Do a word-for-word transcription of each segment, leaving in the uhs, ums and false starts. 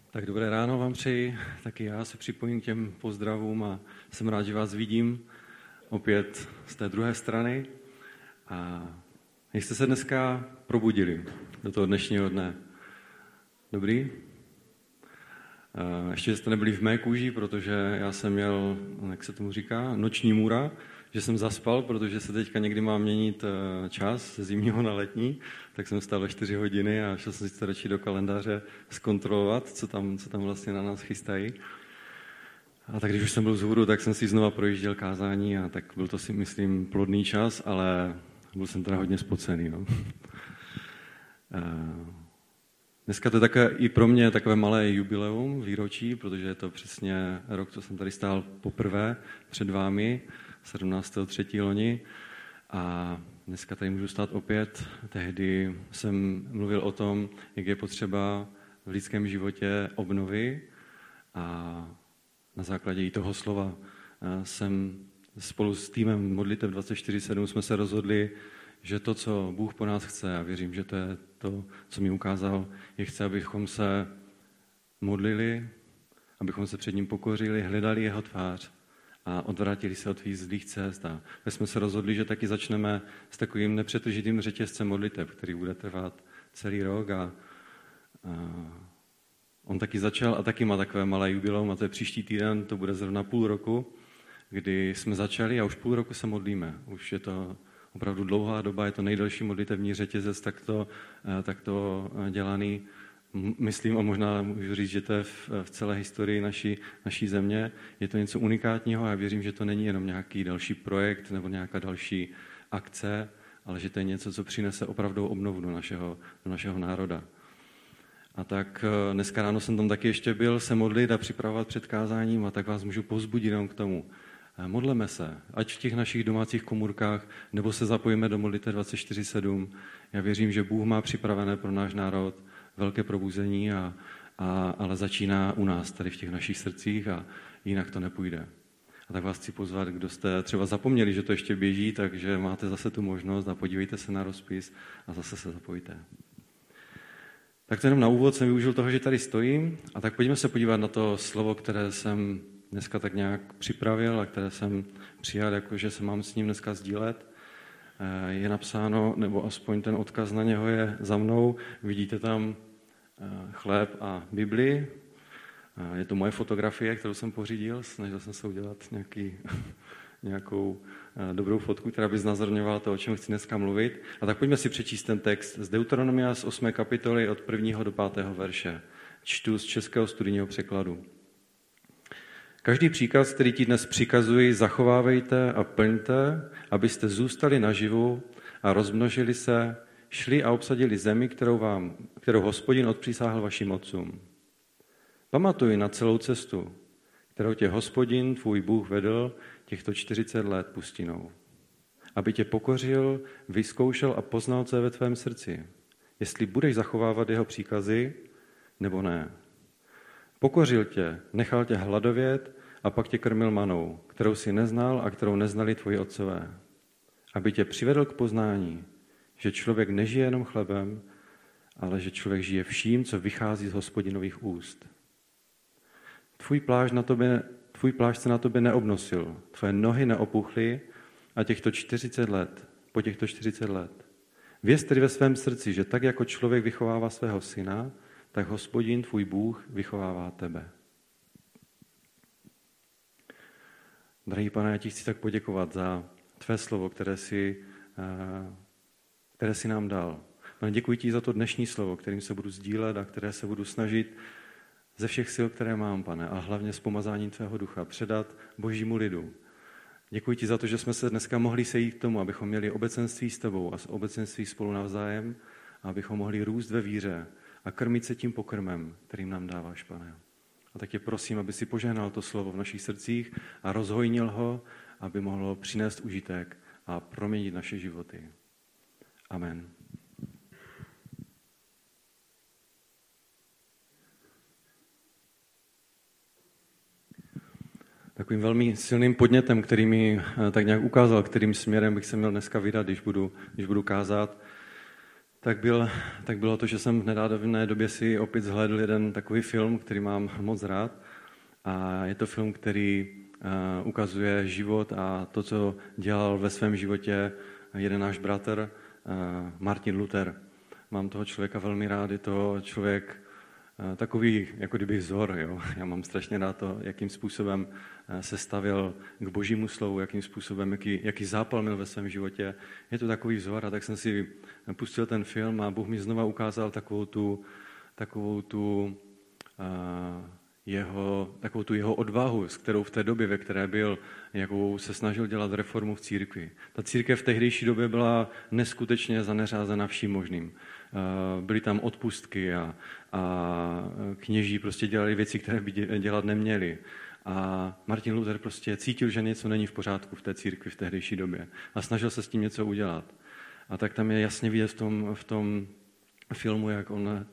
Tak dobré ráno vám přeji, taky já se připojím k těm pozdravům a jsem rád, že vás vidím opět z té druhé strany. A jak jste se dneska probudili do toho dnešního dne? Dobrý? A ještě jste nebyli v mé kůži, protože já jsem měl, jak se tomu říká, noční můra, že jsem zaspal, protože se teďka někdy má měnit čas ze zimního na letní, tak jsem vstal ve čtyři hodiny a šel jsem si to radši do kalendáře zkontrolovat, co tam, co tam vlastně na nás chystají. A tak když už jsem byl vzhůru, tak jsem si znova projížděl kázání a tak byl to si myslím plodný čas, ale byl jsem teda hodně spocený. No. Dneska to je také i pro mě takové malé jubileum, výročí, protože je to přesně rok, co jsem tady stál poprvé před vámi, sedmnáctého třetího loni. A dneska tady můžu stát opět. Tehdy jsem mluvil o tom, jak je potřeba v lidském životě obnovy a na základě i toho slova jsem spolu s týmem Modlitev dvacet čtyři sedm jsme se rozhodli, že to, co Bůh po nás chce, a věřím, že to je to, co mi ukázal, je chce, abychom se modlili, abychom se před ním pokořili, hledali jeho tvář a odvrátili se od svých zlých cest. A my jsme se rozhodli, že taky začneme s takovým nepřetržitým řetězcem modlitev, který bude trvat celý rok. A, a on taky začal a taky má takové malé jubileum, a to je příští týden, to bude zrovna půl roku, kdy jsme začali a už půl roku se modlíme. Už je to opravdu dlouhá doba, je to nejdelší modlitevní řetězec takto, takto dělaný. Myslím, a možná můžu říct, že to je v, v celé historii naší, naší země. Je to něco unikátního a já věřím, že to není jenom nějaký další projekt nebo nějaká další akce, ale že to je něco, co přinese opravdu obnovu do našeho, do našeho národa. A tak dneska ráno jsem tam taky ještě byl se modlit a připravovat před kázáním, a tak vás můžu povzbudit jenom k tomu. Modleme se, ať v těch našich domácích komůrkách, nebo se zapojíme do Modlitev dvacet čtyři sedm. Já věřím, že Bůh má připravené pro náš národ velké probuzení, a, a, ale začíná u nás, tady v těch našich srdcích, a jinak to nepůjde. A tak vás chci pozvat, kdo jste třeba zapomněli, že to ještě běží, takže máte zase tu možnost a podívejte se na rozpis a zase se zapojte. Tak to jenom na úvod jsem využil toho, že tady stojím, a tak pojďme se podívat na to slovo, které jsem dneska tak nějak připravil a které jsem přijal, jakože se mám s ním dneska sdílet. Je napsáno, nebo aspoň ten odkaz na něho je za mnou. Vidíte tam chléb a Bibli. Je to moje fotografie, kterou jsem pořídil. Snažil jsem se udělat nějaký, nějakou dobrou fotku, která by znázorňovala to, o čem chci dneska mluvit. A tak pojďme si přečíst ten text z Deuteronomia z osmé kapitoly od prvního do pátého verše. Čtu z českého studijního překladu. Každý příkaz, který ti dnes přikazuji, zachovávejte a plňte, abyste zůstali naživu a rozmnožili se, šli a obsadili zemi, kterou, vám, kterou Hospodin odpřísáhl vašim otcům. Pamatuj na celou cestu, kterou tě Hospodin, tvůj Bůh, vedl těchto čtyřicet let pustinou. Aby tě pokořil, vyzkoušel a poznal, co je ve tvém srdci, jestli budeš zachovávat jeho příkazy, nebo ne. Pokořil tě, nechal tě hladovět a pak tě krmil manou, kterou si neznal a kterou neznali tvoji otcové. Aby tě přivedl k poznání, že člověk nežije jenom chlebem, ale že člověk žije vším, co vychází z Hospodinových úst. Tvůj plášť, na tobě, tvůj plášť se na tobě neobnosil, tvoje nohy neopuchly a těchto čtyřicet let, po těchto čtyřicet let. Věz tedy ve svém srdci, že tak jako člověk vychovává svého syna, tak Hospodin, tvůj Bůh, vychovává tebe. Drahý Pane, já ti chci tak poděkovat za tvé slovo, které jsi, které jsi nám dal. Pane, děkuji ti za to dnešní slovo, kterým se budu sdílet a které se budu snažit ze všech sil, které mám, Pane, a hlavně s pomazáním tvého ducha předat božímu lidu. Děkuji ti za to, že jsme se dneska mohli sejít k tomu, abychom měli obecenství s tebou a s obecenství spolu navzájem, a abychom mohli růst ve víře a krmit se tím pokrmem, kterým nám dáváš, Pane. A tak tě prosím, aby si požehnal to slovo v našich srdcích a rozhojnil ho, aby mohlo přinést užitek a proměnit naše životy. Amen. Takovým velmi silným podnětem, který mi tak nějak ukázal, kterým směrem bych se měl dneska vydat, když budu, když budu kázat, tak, byl, tak bylo to, že jsem v nedávné době si opět zhlédl jeden takový film, který mám moc rád. A je to film, který uh, ukazuje život a to, co dělal ve svém životě jeden náš bratr, uh, Martin Luther. Mám toho člověka velmi rád, je to člověk uh, takový, jako kdyby vzor. Jo? Já mám strašně rád to, jakým způsobem uh, se stavěl k božímu slovu, jakým způsobem, jaký, jaký zápal měl ve svém životě. Je to takový vzor a tak jsem si pustil ten film a Bůh mi znova ukázal takovou tu, takovou tu uh, jeho, takovou tu jeho odvahu, s kterou v té době, ve které byl, jakou se snažil dělat reformu v církvi. Ta církev v tehdejší době byla neskutečně zaneřázena vším možným. Byly tam odpustky a, a kněží prostě dělali věci, které by dělat neměli. A Martin Luther prostě cítil, že něco není v pořádku v té církvi v tehdejší době a snažil se s tím něco udělat. A tak tam je jasně vidět v tom, v tom filmu, jak on uh,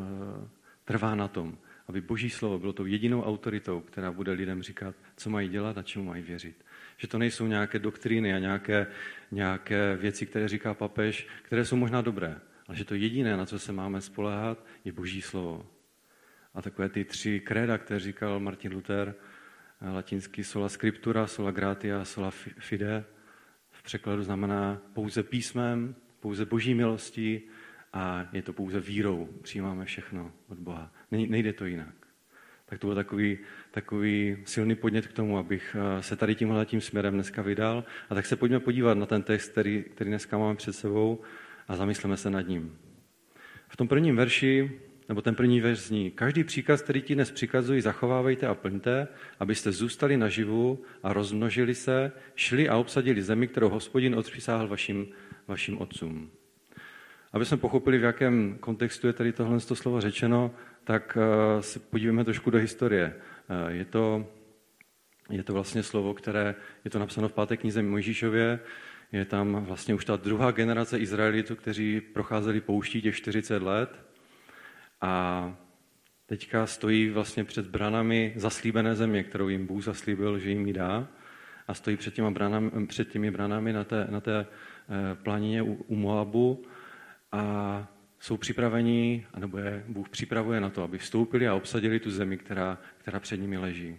trvá na tom, aby Boží slovo bylo tou jedinou autoritou, která bude lidem říkat, co mají dělat a čemu mají věřit. Že to nejsou nějaké doktríny a nějaké, nějaké věci, které říká papež, které jsou možná dobré, ale že to jediné, na co se máme spoléhat, je Boží slovo. A takové ty tři kréda, které říkal Martin Luther, latinsky sola scriptura, sola gratia, sola fide, v překladu znamená pouze písmem, pouze Boží milostí, a je to pouze vírou. Přijímáme všechno od Boha. Nejde to jinak. Tak to byl takový, takový silný podnět k tomu, abych se tady tímhle tím směrem dneska vydal. A tak se pojďme podívat na ten text, který, který dneska máme před sebou a zamysleme se nad ním. V tom prvním verši, nebo ten první verš zní: Každý příkaz, který ti dnes přikazuji, zachovávejte a plňte, abyste zůstali naživu a rozmnožili se, šli a obsadili zemi, kterou Hospodin odpřisáhl vašim, vašim otcům. Aby jsme pochopili, v jakém kontextu je tady tohle slovo řečeno, tak se podíváme trošku do historie. Je to, je to vlastně slovo, které je to napsáno v páté knize Mojžíšově. Je tam vlastně už ta druhá generace Izraelitů, kteří procházeli pouští těch čtyřicet let. A teďka stojí vlastně před branami zaslíbené země, kterou jim Bůh zaslíbil, že jim ji dá. A stojí před, těma branami, před těmi branami na té, na té planině u, u Moabu. A jsou připraveni, anebo je Bůh připravuje na to, aby vstoupili a obsadili tu zemi, která, která před nimi leží.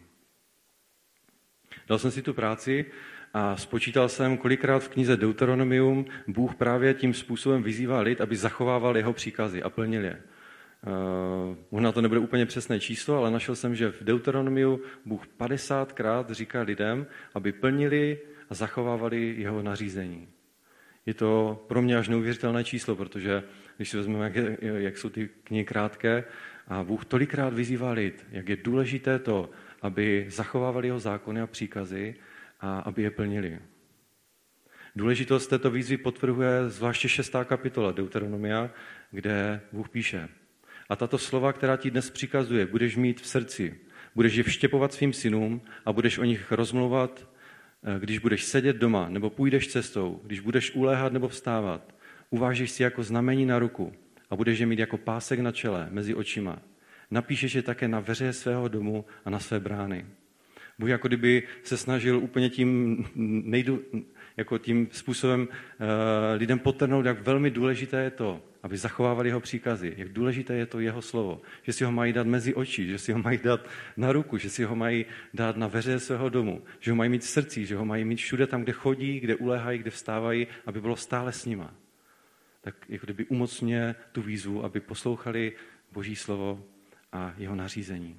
Dal jsem si tu práci a spočítal jsem, kolikrát v knize Deuteronomium Bůh právě tím způsobem vyzývá lid, aby zachovával jeho příkazy a plnil je. Uh, možná to nebude úplně přesné číslo, ale našel jsem, že v Deuteronomiu Bůh padesátkrát říká lidem, aby plnili a zachovávali jeho nařízení. Je to pro mě až neuvěřitelné číslo, protože když si vezmeme, jak, jak jsou ty knihy krátké, a Bůh tolikrát vyzývá lid, jak je důležité to, aby zachovávali jeho zákony a příkazy a aby je plnili. Důležitost této výzvy potvrzuje zvláště šestá kapitola Deuteronomia, kde Bůh píše: A tato slova, která ti dnes přikazuje, budeš mít v srdci, budeš je vštěpovat svým synům a budeš o nich rozmlouvat, když budeš sedět doma, nebo půjdeš cestou, když budeš uléhat nebo vstávat, uvážeš si jako znamení na ruku a budeš je mít jako pásek na čele, mezi očima. Napíšeš je také na veře svého domu a na své brány. Bůh jako kdyby se snažil úplně tím, nejdu, jako tím způsobem uh, lidem podtrhnout, jak velmi důležité je to, aby zachovávali jeho příkazy, jak důležité je to jeho slovo, že si ho mají dát mezi oči, že si ho mají dát na ruku, že si ho mají dát na veře svého domu, že ho mají mít v srdci, že ho mají mít všude tam, kde chodí, kde uléhají, kde vstávají, aby bylo stále s nima. Tak jako kdyby umocňuje tu výzvu, aby poslouchali Boží slovo a jeho nařízení.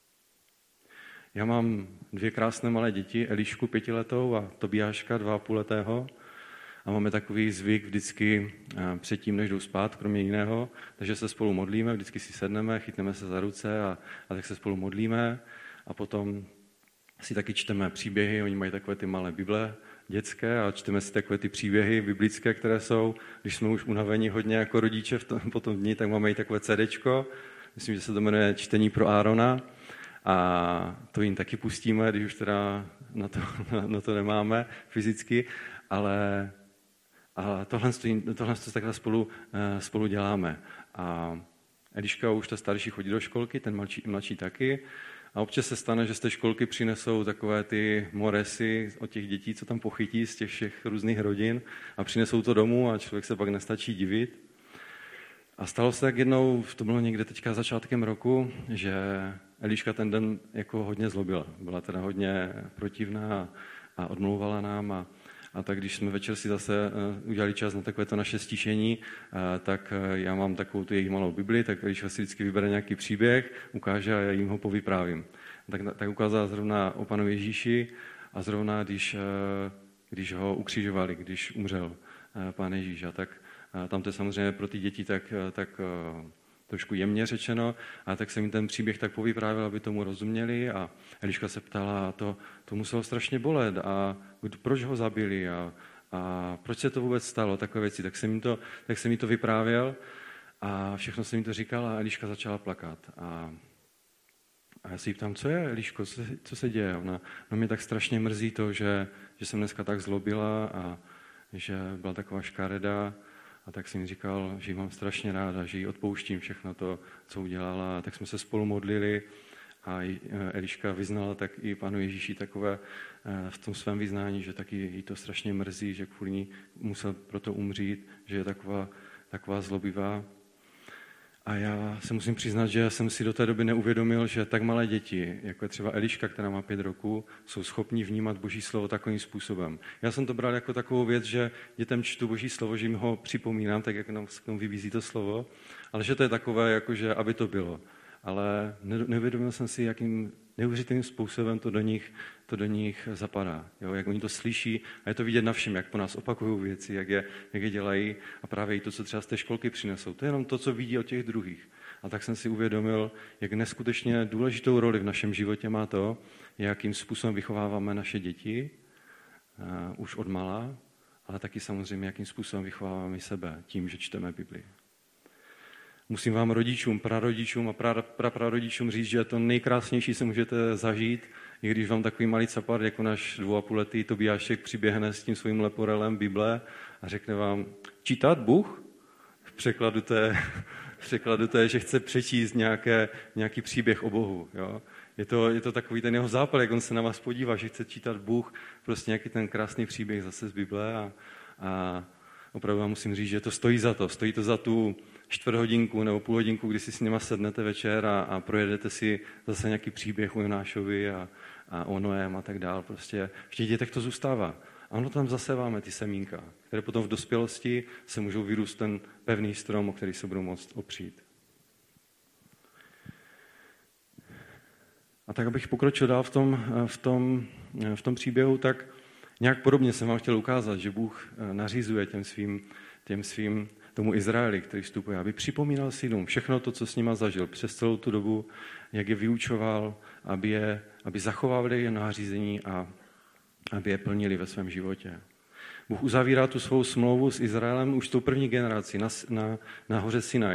Já mám dvě krásné malé děti, Elišku pětiletou a Tobiáška dva a půl letého. A máme takový zvyk vždycky předtím, než jdou spát, kromě jiného, takže se spolu modlíme, vždycky si sedneme, chytneme se za ruce a, a tak se spolu modlíme a potom si taky čteme příběhy, oni mají takové ty malé Bible dětské a čteme si takové ty příběhy biblické, které jsou, když jsme už unavení hodně jako rodiče v tom, po tom dni, tak máme i takové cédéčko, myslím, že se to jmenuje Čtení pro Árona a to jim taky pustíme, když už teda na to, na, na to nemáme fyzicky, ale A tohle, tohle takhle spolu, spolu děláme. A Eliška už ta starší chodí do školky, ten mladší, mladší taky. A občas se stane, že z té školky přinesou takové ty moresy od těch dětí, co tam pochytí z těch všech různých rodin a přinesou to domů a člověk se pak nestačí divit. A stalo se tak jednou, to bylo někde teďka začátkem roku, že Eliška ten den jako hodně zlobila. Byla teda hodně protivná a odmlouvala nám. A, a tak když jsme večer si zase udělali čas na takové to naše stišení, tak já mám takovou tu jejich malou Bibli, tak Eliška si vždycky vybere nějaký příběh, ukáže a já jim ho povyprávím. Tak, tak ukázala zrovna o Panu Ježíši a zrovna když, když ho ukřižovali, když umřel Pán Ježíš. A tak tam to je samozřejmě pro ty děti tak, tak trošku jemně řečeno, a tak jsem jim ten příběh tak povyprávil, aby tomu rozuměli, a Eliška se ptala, a to, to muselo strašně bolet, a proč ho zabili, a, a proč se to vůbec stalo, takové věci. Tak jsem jim to, tak jsem jim to vyprávěl a všechno jsem jim to říkal a Eliška začala plakat. A, a já se jí ptám, co je, Eliško, co, co se děje? Ona, no mě tak strašně mrzí to, že, že jsem dneska tak zlobila a že byla taková škaredá. A tak jsem jí říkal, že ji mám strašně ráda, že jí odpouštím všechno to, co udělala. A tak jsme se spolu modlili a Eliška vyznala tak i Panu Ježíši takové v tom svém vyznání, že taky jí to strašně mrzí, že kvůli ní musel proto umřít, že je taková, taková zlobivá. A já se musím přiznat, že jsem si do té doby neuvědomil, že tak malé děti, jako je třeba Eliška, která má pět roků, jsou schopni vnímat Boží slovo takovým způsobem. Já jsem to bral jako takovou věc, že dětem čtu Boží slovo, že jim ho připomínám, tak jak nám k tomu vybízí to slovo, ale že to je takové, jako že aby to bylo. Ale neuvědomil jsem si, jakým neuvěřitelným způsobem to do nich, to do nich zapadá. Jo? Jak oni to slyší a je to vidět na všem, jak po nás opakují věci, jak je, jak je dělají a právě i to, co třeba z té školky přinesou. To je jenom to, co vidí od těch druhých. A tak jsem si uvědomil, jak neskutečně důležitou roli v našem životě má to, jakým způsobem vychováváme naše děti, uh, už od malá, ale taky samozřejmě, jakým způsobem vychováváme sebe tím, že čteme Bibli. Musím vám rodičům, prarodičům a pra, pra, prarodičům říct, že je to nejkrásnější, co můžete zažít, i když vám takový malý capar, jako náš dvou a půl letý Tobiášek přiběhne s tím svým leporelem Bible a řekne vám, čítat Bůh? V překladu to je, v překladu to je, že chce přečíst nějaké, nějaký příběh o Bohu. Jo? Je, to, je to takový ten jeho zápal, jak on se na vás podívá, že chce čítat Bůh, prostě nějaký ten krásný příběh zase z Bible a, a opravdu vám musím říct, že to stojí za to. Stojí to za tu čtvrt hodinku nebo půl hodinku, kdy si s nima sednete večer a, a projedete si zase nějaký příběh o Jonášovi a, a o Noém a tak dál. Prostě v těch dětech to zůstává. A ono tam zaseváme ty semínka, které potom v dospělosti se můžou vyrůst ten pevný strom, o který se budou moct opřít. A tak, abych pokročil dál v tom, v tom, v tom příběhu, tak nějak podobně jsem vám chtěl ukázat, že Bůh nařizuje těm svým, těm svým tomu Izraeli, který vstupuje, aby připomínal synům všechno to, co s nima zažil přes celou tu dobu, jak je vyučoval, aby, je, aby zachovávali je nařízení a aby je plnili ve svém životě. Bůh uzavírá tu svou smlouvu s Izraelem už tou první generací na, na, na hoře Sinaj.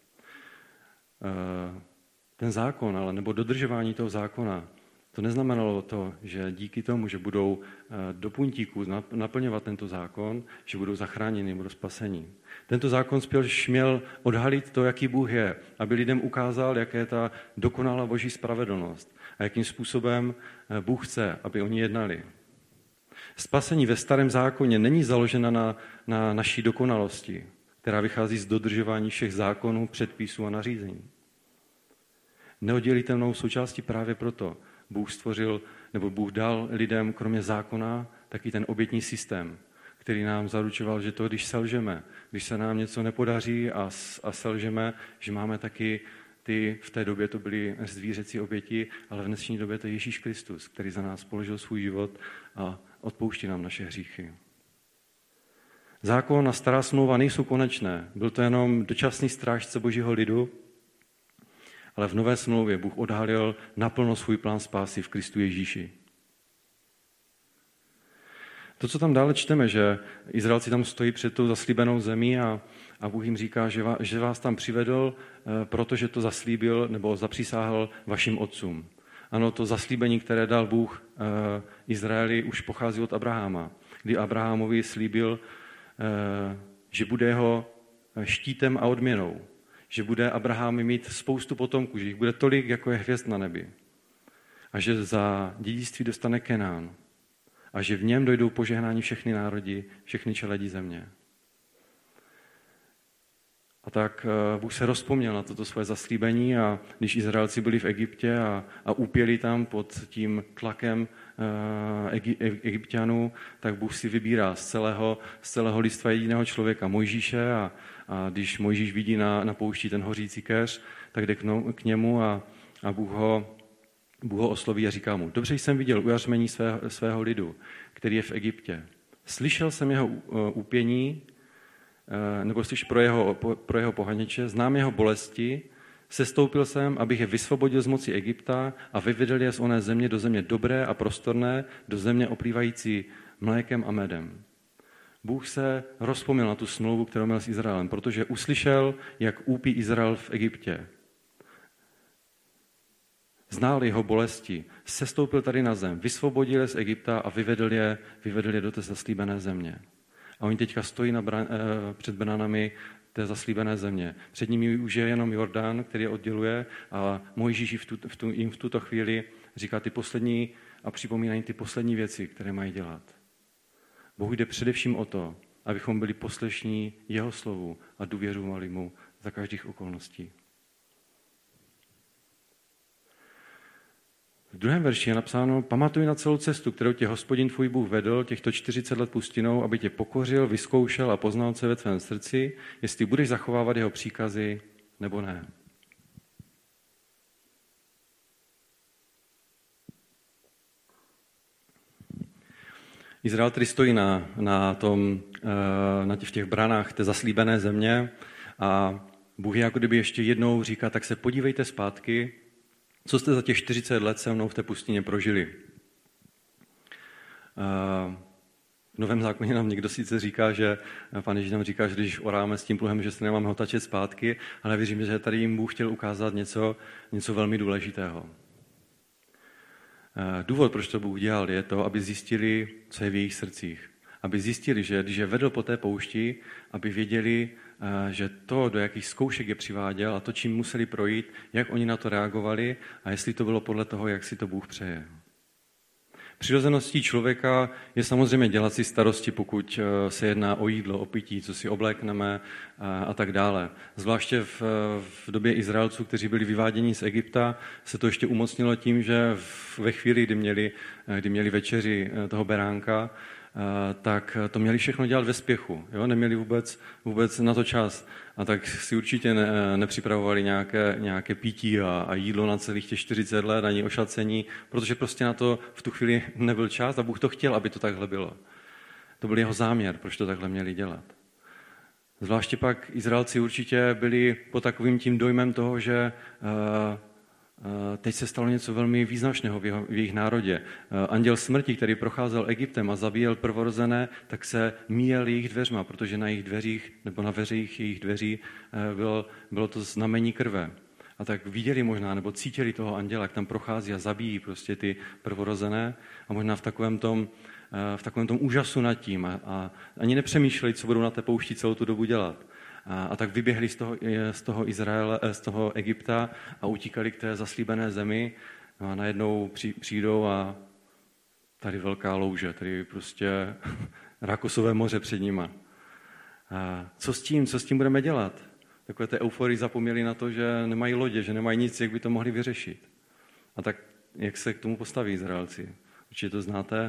Ten zákon, ale nebo dodržování toho zákona, to neznamenalo to, že díky tomu, že budou do puntíku naplňovat tento zákon, že budou zachráněni, budou spasení. Tento zákon spíš měl odhalit to, jaký Bůh je, aby lidem ukázal, jaká je ta dokonalá Boží spravedlnost a jakým způsobem Bůh chce, aby oni jednali. Spasení ve starém zákoně není založena na, na naší dokonalosti, která vychází z dodržování všech zákonů, předpisů a nařízení. Neoddělitelnou součástí právě proto Bůh stvořil, nebo Bůh dal lidem, kromě zákona, taky ten obětní systém, který nám zaručoval, že to, když selžeme, když se nám něco nepodaří a, a selžeme, že máme taky ty, v té době to byly zvířecí oběti, ale v dnešní době to je Ježíš Kristus, který za nás položil svůj život a odpouští nám naše hříchy. Zákon a stará smlouva nejsou konečné. Byl to jenom dočasný strážce Božího lidu, ale v nové smlouvě Bůh odhalil naplno svůj plán spásy v Kristu Ježíši. To, co tam dále čteme, že Izraelci tam stojí před tou zaslíbenou zemí a, a Bůh jim říká, že vás, že vás tam přivedl, protože to zaslíbil nebo zapřísáhl vašim otcům. Ano, to zaslíbení, které dal Bůh Izraeli, už pochází od Abraháma, kdy Abrahamovi slíbil, že bude jeho štítem a odměnou, že bude Abraham mít spoustu potomků, že jich bude tolik, jako je hvězd na nebi. A že za dědictví dostane Kenán. A že v něm dojdou požehnání všechny národy, všechny čeledí země. A tak Bůh se rozpomněl na toto svoje zaslíbení a když Izraelci byli v Egyptě a, a úpěli tam pod tím tlakem Egy, Egypťanů, tak Bůh si vybírá z celého, z celého lidstva jediného člověka, Mojžíše, a, a když Mojžíš vidí na, na poušti ten hořící keř, tak jde k, no, k němu a, a Bůh ho, Bůh ho osloví a říká mu: dobře jsem viděl ujařmení svého, svého lidu, který je v Egyptě. Slyšel jsem jeho úpění, nebo slyš pro jeho, pro jeho pohaněče, znám jeho bolesti, sestoupil jsem, abych je vysvobodil z moci Egypta a vyvedl je z oné země do země dobré a prostorné, do země oplývající mlékem a medem. Bůh se rozpomněl na tu smlouvu, kterou měl s Izraelem, protože uslyšel, jak úpí Izrael v Egyptě. Znal jeho bolesti, sestoupil tady na zem, vysvobodil je z Egypta a vyvedl je, vyvedl je do té zaslíbené země. A oni teďka stojí na bran, eh, před branami té zaslíbené země. Před nimi už je jenom Jordán, který je odděluje, a Mojžíš v tu, v tu, jim v tuto chvíli říká ty poslední a připomínají ty poslední věci, které mají dělat. Bohu jde především o to, abychom byli poslešní jeho slovu a důvěřovali mu za každých okolností. V druhém verši je napsáno: pamatuj na celou cestu, kterou tě Hospodin tvůj Bůh vedl těchto čtyřicet let pustinou, aby tě pokořil, vyzkoušel a poznal se ve tvém srdci, jestli budeš zachovávat jeho příkazy nebo ne. Izrael tedy stojí na, na, tom, na těch, v těch branách té zaslíbené země a Bůh jako kdyby ještě jednou říká: tak se podívejte zpátky, co jste za těch čtyřicet let se mnou v té pustině prožili. V Novém zákoně nám někdo sice říká, že Pán Ježíš nám říká, že když oráme s tím pluhem, že se nemáme ho tačet zpátky, ale věřím, že tady jim Bůh chtěl ukázat něco, něco velmi důležitého. Důvod, proč to Bůh dělal, je to, aby zjistili, co je v jejich srdcích. Aby zjistili, že když je vedl po té poušti, aby věděli, že to, do jakých zkoušek je přiváděl a to, čím museli projít, jak oni na to reagovali a jestli to bylo podle toho, jak si to Bůh přeje. Přirozeností člověka je samozřejmě dělat si starosti, pokud se jedná o jídlo, o pití, co si oblékneme a tak dále. Zvláště v, v době Izraelců, kteří byli vyváděni z Egypta, se to ještě umocnilo tím, že ve chvíli, kdy měli, kdy měli večeři toho beránka, tak to měli všechno dělat ve spěchu. Jo? Neměli vůbec, vůbec na to čas. A tak si určitě ne, nepřipravovali nějaké, nějaké pití a, a jídlo na celých těch čtyřicet let, ani ošacení, protože prostě na to v tu chvíli nebyl čas a Bůh to chtěl, aby to takhle bylo. To byl jeho záměr, proč to takhle měli dělat. Zvláště pak Izraelci určitě byli pod takovým tím dojmem toho, že uh, teď se stalo něco velmi význačného v, jeho, v jejich národě. Anděl smrti, který procházel Egyptem a zabíjel prvorozené, tak se míjel jejich dveřma, protože na jejich dveřích, nebo na veřích jejich dveří bylo, bylo to znamení krve. A tak viděli možná, nebo cítili toho anděla, jak tam prochází a zabíjí prostě ty prvorozené a možná v takovém tom, v takovém tom úžasu nad tím a, a ani nepřemýšleli, co budou na té poušti celou tu dobu dělat. A, a tak vyběhli z toho, z toho Izraele, z toho Egypta a utíkali k té zaslíbené zemi. No a najednou při, přijdou a tady velká louže, tady prostě Rákosové moře před nima. A co s tím, co s tím budeme dělat? Takové té euforii zapomněli na to, že nemají lodě, že nemají nic, jak by to mohli vyřešit. A tak jak se k tomu postaví Izraelci? Určitě to znáte,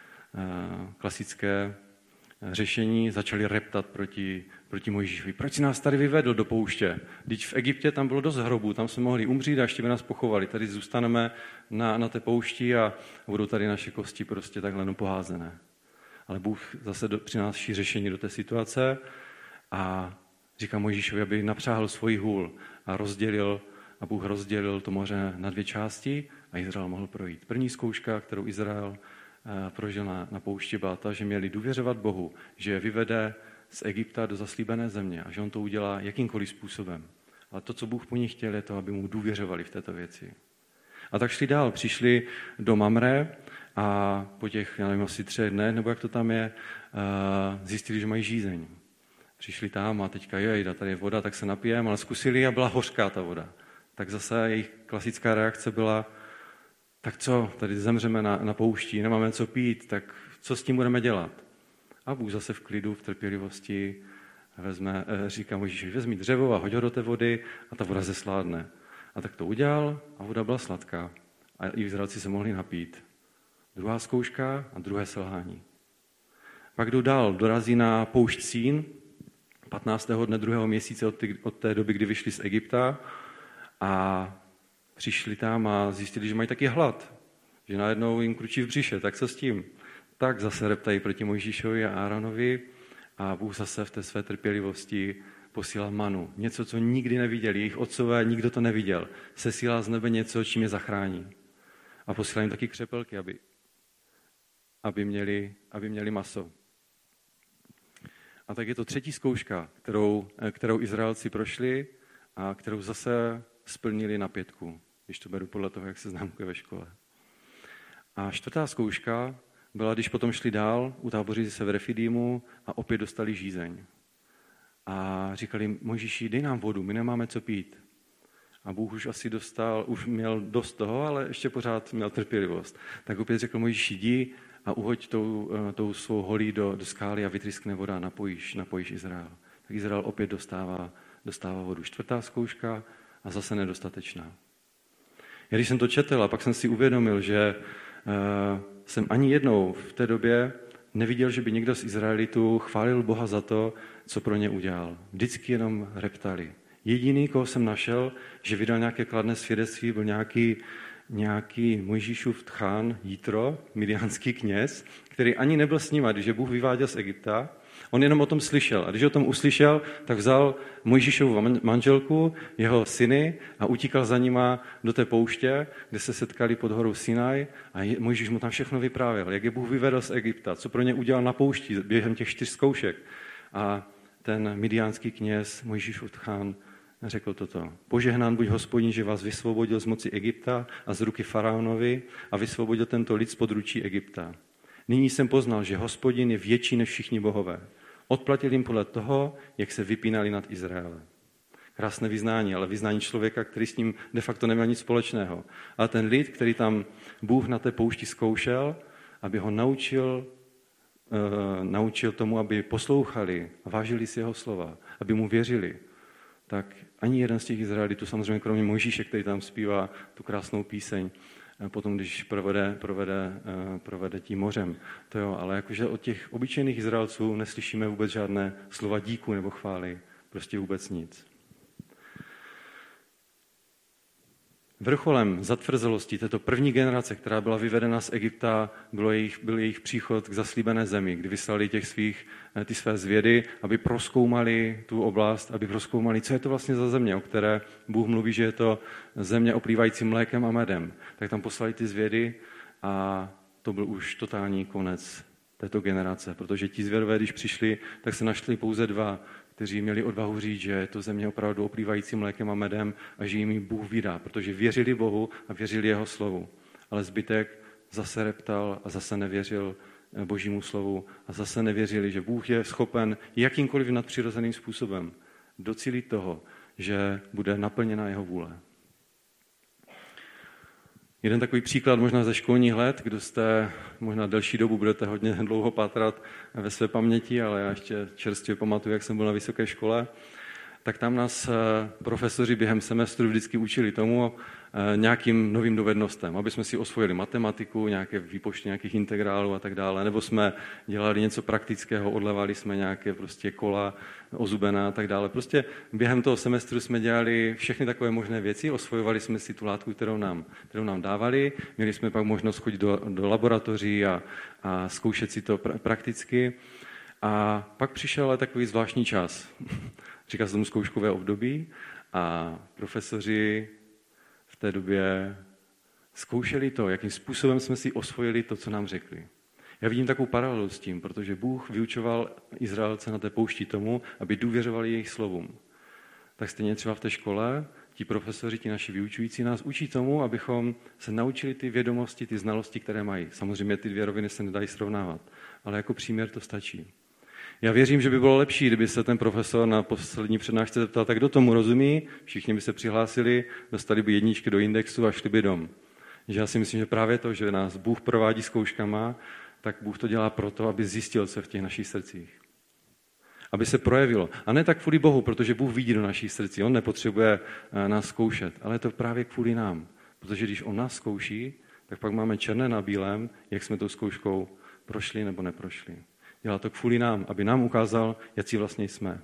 klasické řešení, začali reptat proti, proti Mojžíšovi. Proč si nás tady vyvedl do pouště? Vždyť v Egyptě tam bylo dost hrobů, tam jsme mohli umřít a ještě by nás pochovali. Tady zůstaneme na, na té poušti a budou tady naše kosti prostě takhle no poházené. Ale Bůh zase do, přináší řešení do té situace a říká Mojžíšovi, aby napřáhl svůj hůl a rozdělil, a Bůh rozdělil to moře na dvě části a Izrael mohl projít. První zkouška, kterou Izrael prožil na, na poušti, byla ta, že měli důvěřovat Bohu, že je vyvede z Egypta do zaslíbené země a že on to udělá jakýmkoliv způsobem. Ale to, co Bůh po nich chtěl, je to, aby mu důvěřovali v této věci. A tak šli dál, přišli do Mamre a po těch, já nevím, asi třech dnech, nebo jak to tam je, zjistili, že mají žízeň. Přišli tam a teďka, jej, tady je voda, tak se napijeme, ale zkusili a byla hořká ta voda. Tak zase jejich klasická reakce byla, tak co, tady zemřeme na, na poušti, nemáme co pít, tak co s tím budeme dělat? A Bůh zase v klidu, v trpělivosti vezme, říká Mojžíšovi, vezmi dřevo a hoď ho do té vody a ta voda zesládne. A tak to udělal a voda byla sladká. A i Izraelci se mohli napít. Druhá zkouška a druhé selhání. Pak jdou dál, dorazí na poušť Sín, patnáctého dne druhého měsíce od, ty, od té doby, kdy vyšli z Egypta a přišli tam a zjistili, že mají taky hlad, že najednou jim kručí v břiše, tak co s tím? Tak zase reptají proti Mojžíšovi a Áronovi a Bůh zase v té své trpělivosti posílá manu. Něco, co nikdy neviděli, jejich otcové, nikdo to neviděl. Sesílá z nebe něco, čím je zachrání. A posílá jim taky křepelky, aby, aby, měli, aby měli maso. A tak je to třetí zkouška, kterou, kterou Izraelci prošli a kterou zase splnili na pětku, když to beru podle toho, jak se známkuje ve škole. A čtvrtá zkouška byla, když potom šli dál, utábořili se v Refidímu a opět dostali žízeň. A říkali, Mojžíši, dej nám vodu, my nemáme co pít. A Bůh už asi dostal, už měl dost toho, ale ještě pořád měl trpělivost. Tak opět řekl Mojžíši, jdi a uhoď tou, tou svou holí do, do skály a vytryskne voda a napojíš, napojíš Izrael. Tak Izrael opět dostává, dostává vodu. Čtvrtá zkouška a zase nedostatečná. Já když jsem to četl a pak jsem si uvědomil, že uh, jsem ani jednou v té době neviděl, že by někdo z Izraelitů chválil Boha za to, co pro ně udělal. Vždycky jenom reptali. Jediný, koho jsem našel, že vydal nějaké kladné svědectví, byl nějaký, nějaký Mojžíšův tchán Jitro, midianský kněz, který ani nebyl s ním, když je Bůh vyváděl z Egypta. On jenom o tom slyšel. A když o tom uslyšel, tak vzal Mojžíšovu manželku, jeho syny a utíkal za nima do té pouště, kde se setkali pod horou Sinaj a Mojžíš mu tam všechno vyprávěl, jak je Bůh vyvedl z Egypta, co pro ně udělal na poušti během těch čtyř zkoušek. A ten midiánský kněz Mojžíšův tchán řekl toto. Požehnán buď Hospodin, že vás vysvobodil z moci Egypta a z ruky faraonovi a vysvobodil tento lid z područí Egypta. Nyní jsem poznal, že Hospodin je větší než všichni bohové. Odplatil jim podle toho, jak se vypínali nad Izraelem. Krásné vyznání, ale vyznání člověka, který s ním de facto neměl nic společného. Ale ten lid, který tam Bůh na té poušti zkoušel, aby ho naučil, uh, naučil tomu, aby poslouchali a vážili si jeho slova, aby mu věřili, tak ani jeden z těch Izraelitů, samozřejmě kromě Mojžíše, který tam zpívá tu krásnou píseň, potom, když provede, provede, provede tím mořem. To jo, ale jakože od těch obyčejných Izraelců neslyšíme vůbec žádné slova díku nebo chvály, prostě vůbec nic. Vrcholem zatvrzelosti této první generace, která byla vyvedena z Egypta, bylo jejich, byl jejich příchod k zaslíbené zemi, kdy vyslali těch svých, ty své zvědy, aby prozkoumali tu oblast, aby prozkoumali, co je to vlastně za země, o které Bůh mluví, že je to země oplývající mlékem a medem. Tak tam poslali ty zvědy a to byl už totální konec této generace, protože ti zvědové, když přišli, tak se našli pouze dva, kteří měli odvahu říct, že je to země opravdu oplývající mlékem a medem a že jim Bůh vydá, protože věřili Bohu a věřili jeho slovu. Ale zbytek zase reptal a zase nevěřil Božímu slovu a zase nevěřili, že Bůh je schopen jakýmkoliv nadpřirozeným způsobem docílit toho, že bude naplněna jeho vůle. Jeden takový příklad možná ze školních let, kdo jste možná delší dobu budete hodně dlouho pátrat ve své paměti, ale já ještě čerstvě pamatuju, jak jsem byl na vysoké škole, tak tam nás profesoři během semestru vždycky učili tomu nějakým novým dovednostem, aby jsme si osvojili matematiku, nějaké výpočty nějakých integrálů a tak dále, nebo jsme dělali něco praktického, odlevali jsme nějaké prostě kola ozubená a tak dále. Prostě během toho semestru jsme dělali všechny takové možné věci, osvojovali jsme si tu látku, kterou nám, kterou nám dávali, měli jsme pak možnost chodit do, do laboratoří a, a zkoušet si to pra, prakticky. A pak přišel ale takový zvláštní čas. Říká se tomu zkouškové období a profesoři v té době zkoušeli to, jakým způsobem jsme si osvojili to, co nám řekli. Já vidím takovou paralelu s tím, protože Bůh vyučoval Izraelce na té poušti tomu, aby důvěřovali jejich slovům. Tak stejně třeba v té škole ti profesoři, ti naši vyučující nás učí tomu, abychom se naučili ty vědomosti, ty znalosti, které mají. Samozřejmě ty dvě roviny se nedají srovnávat, ale jako příměr to stačí. Já věřím, že by bylo lepší, kdyby se ten profesor na poslední přednášce zeptal, tak kdo tomu rozumí, všichni by se přihlásili, dostali by jedničky do indexu a šli by dom. Že já si myslím, že právě to, že nás Bůh provádí zkouškama, tak Bůh to dělá proto, aby zjistil, co v těch našich srdcích. aby se projevilo. A ne tak kvůli Bohu, protože Bůh vidí do našich srdcí, on nepotřebuje nás zkoušet, ale je to právě kvůli nám. Protože když on nás zkouší, tak pak máme černé na bílém, jak jsme tou zkouškou prošli nebo neprošli. Dělá to kvůli nám, aby nám ukázal, jaký vlastně jsme.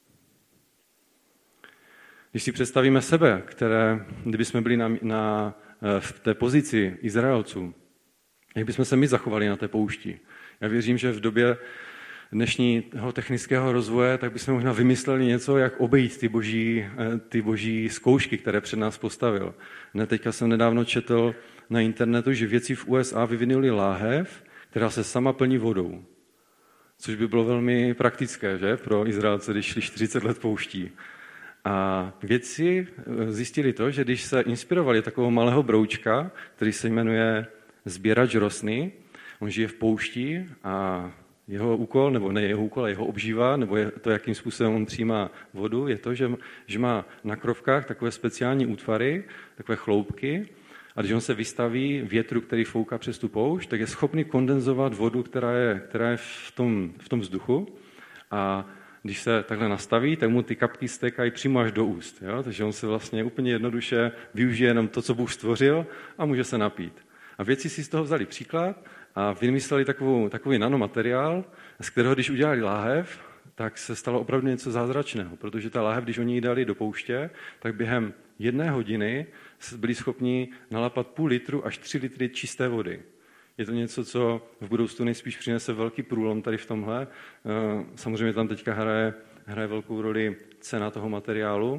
Když si představíme sebe, které, kdyby jsme byli na, na, v té pozici Izraelců, jak bychom se my zachovali na té poušti. Já věřím, že v době dnešního technického rozvoje, tak bychom možná vymysleli něco, jak obejít ty boží, ty boží zkoušky, které před nás postavil. Ne, teďka jsem nedávno četl na internetu, že vědci v U S A vyvinuli láhev, která se sama plní vodou. Což by bylo velmi praktické, že? Pro Izraelce, když šli čtyřicet let pouští. A vědci zjistili to, že když se inspirovali takového malého broučka, který se jmenuje sběrač rosny, on žije v poušti a jeho úkol, nebo ne jeho úkol, ale jeho obživa, nebo je to, jakým způsobem on přijímá vodu, je to, že, že má na krovkách takové speciální útvary, takové chloupky, a když on se vystaví větru, který fouká přes tu poušť, tak je schopný kondenzovat vodu, která je, která je v, tom, v tom vzduchu. A když se takhle nastaví, tak mu ty kapky stékají přímo až do úst. Jo? Takže on se vlastně úplně jednoduše využije jenom to, co Bůh stvořil, a může se napít. A vědci si z toho vzali příklad a vymysleli takovou, takový nanomateriál, z kterého, když udělali láhev, tak se stalo opravdu něco zázračného, protože ta láhev, když oni ji dali do pouště, tak během jedné hodiny byli schopni nalapat půl litru až tři litry čisté vody. Je to něco, co v budoucnu nejspíš přinese velký průlom tady v tomhle. Samozřejmě tam teďka hraje, hraje velkou roli cena toho materiálu.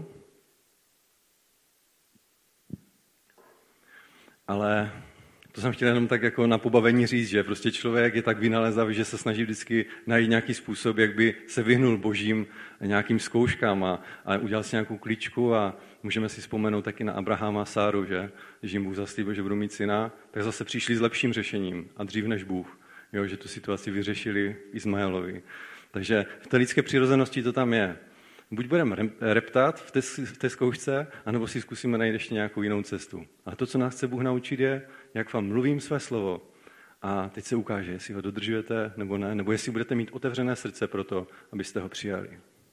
Ale to jsem chtěl jenom tak jako na pobavení říct, že prostě člověk je tak vynalezavý, že se snaží vždycky najít nějaký způsob, jak by se vyhnul božím nějakým zkouškám a, a udělal si nějakou klíčku a můžeme si vzpomenout taky na Abrahama a Sáru, že když jim Bůh zaslíbil, že budou mít syna, tak zase přišli s lepším řešením a dřív než Bůh, jo, že tu situaci vyřešili Izmaelovi. Takže v té lidské přirozenosti to tam je. Buď budeme reptat v té, v té zkoušce, anebo si zkusíme najít ještě nějakou jinou cestu. A to, co nás chce Bůh naučit, je, jak vám mluvím své slovo. A teď se ukáže, jestli ho dodržujete nebo ne, nebo jestli budete mít otevřené srdce pro to, abyste ho přijali.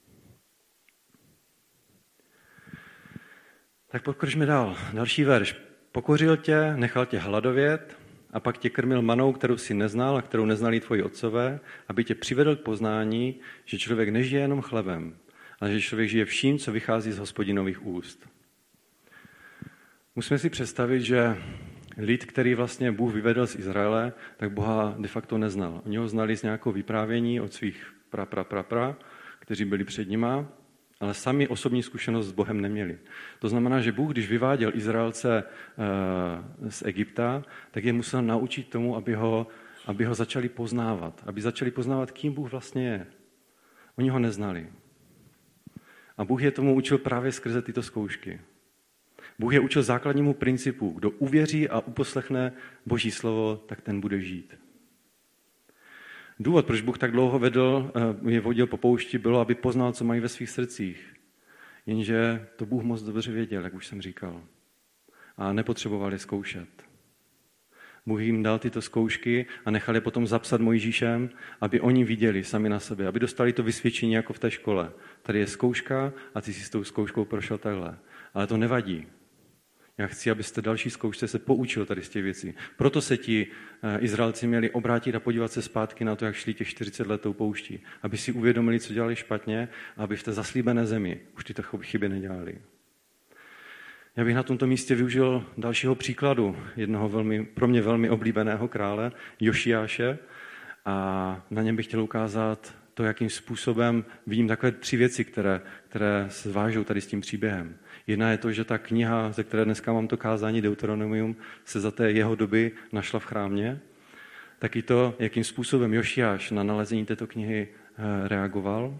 Tak pokračme dál. Další verš. Pokořil tě, nechal tě hladovět a pak tě krmil manou, kterou si neznal a kterou neznali tvoji otcové, aby tě přivedl k poznání, že člověk nežije jenom chlebem, ale že člověk žije vším, co vychází z Hospodinových úst. Musíme si představit, že lid, který vlastně Bůh vyvedl z Izraele, tak Boha de facto neznal. Oni ho znali z nějakého vyprávění od svých pra, pra, pra, pra, kteří byli před nima, ale sami osobní zkušenost s Bohem neměli. To znamená, že Bůh, když vyváděl Izraelce z Egypta, tak je musel naučit tomu, aby ho, aby ho začali poznávat. Aby začali poznávat, kým Bůh vlastně je. Oni ho neznali. A Bůh je tomu učil právě skrze tyto zkoušky. Bůh je učil základnímu principu. Kdo uvěří a uposlechne Boží slovo, tak ten bude žít. Důvod, proč Bůh tak dlouho vedl, je vodil po poušti, bylo, aby poznal, co mají ve svých srdcích. Jenže to Bůh moc dobře věděl, jak už jsem říkal. A nepotřeboval je zkoušet. Bůh jim dal tyto zkoušky a nechal je potom zapsat Mojžíšem, aby oni viděli sami na sebe, aby dostali to vysvědčení jako v té škole. Tady je zkouška a ty si s tou zkouškou prošel takhle. Ale to nevadí. Já chci, abyste další zkoušce se poučil tady z těch věcí. Proto se ti Izraelci měli obrátit a podívat se zpátky na to, jak šli těch čtyřicet let tou pouští. Aby si uvědomili, co dělali špatně, a aby v té zaslíbené zemi už tyto chyby nedělali. Já bych na tomto místě využil dalšího příkladu, jednoho velmi, pro mě velmi oblíbeného krále, Jošiáše, a na něm bych chtěl ukázat to, jakým způsobem vidím takové tři věci, které, které se vážou tady s tím příběhem. Jedna je to, že ta kniha, ze které dneska mám to kázání Deuteronomium, se za té jeho doby našla v chrámě. Taky to, jakým způsobem Jošiáš na nalezení této knihy reagoval.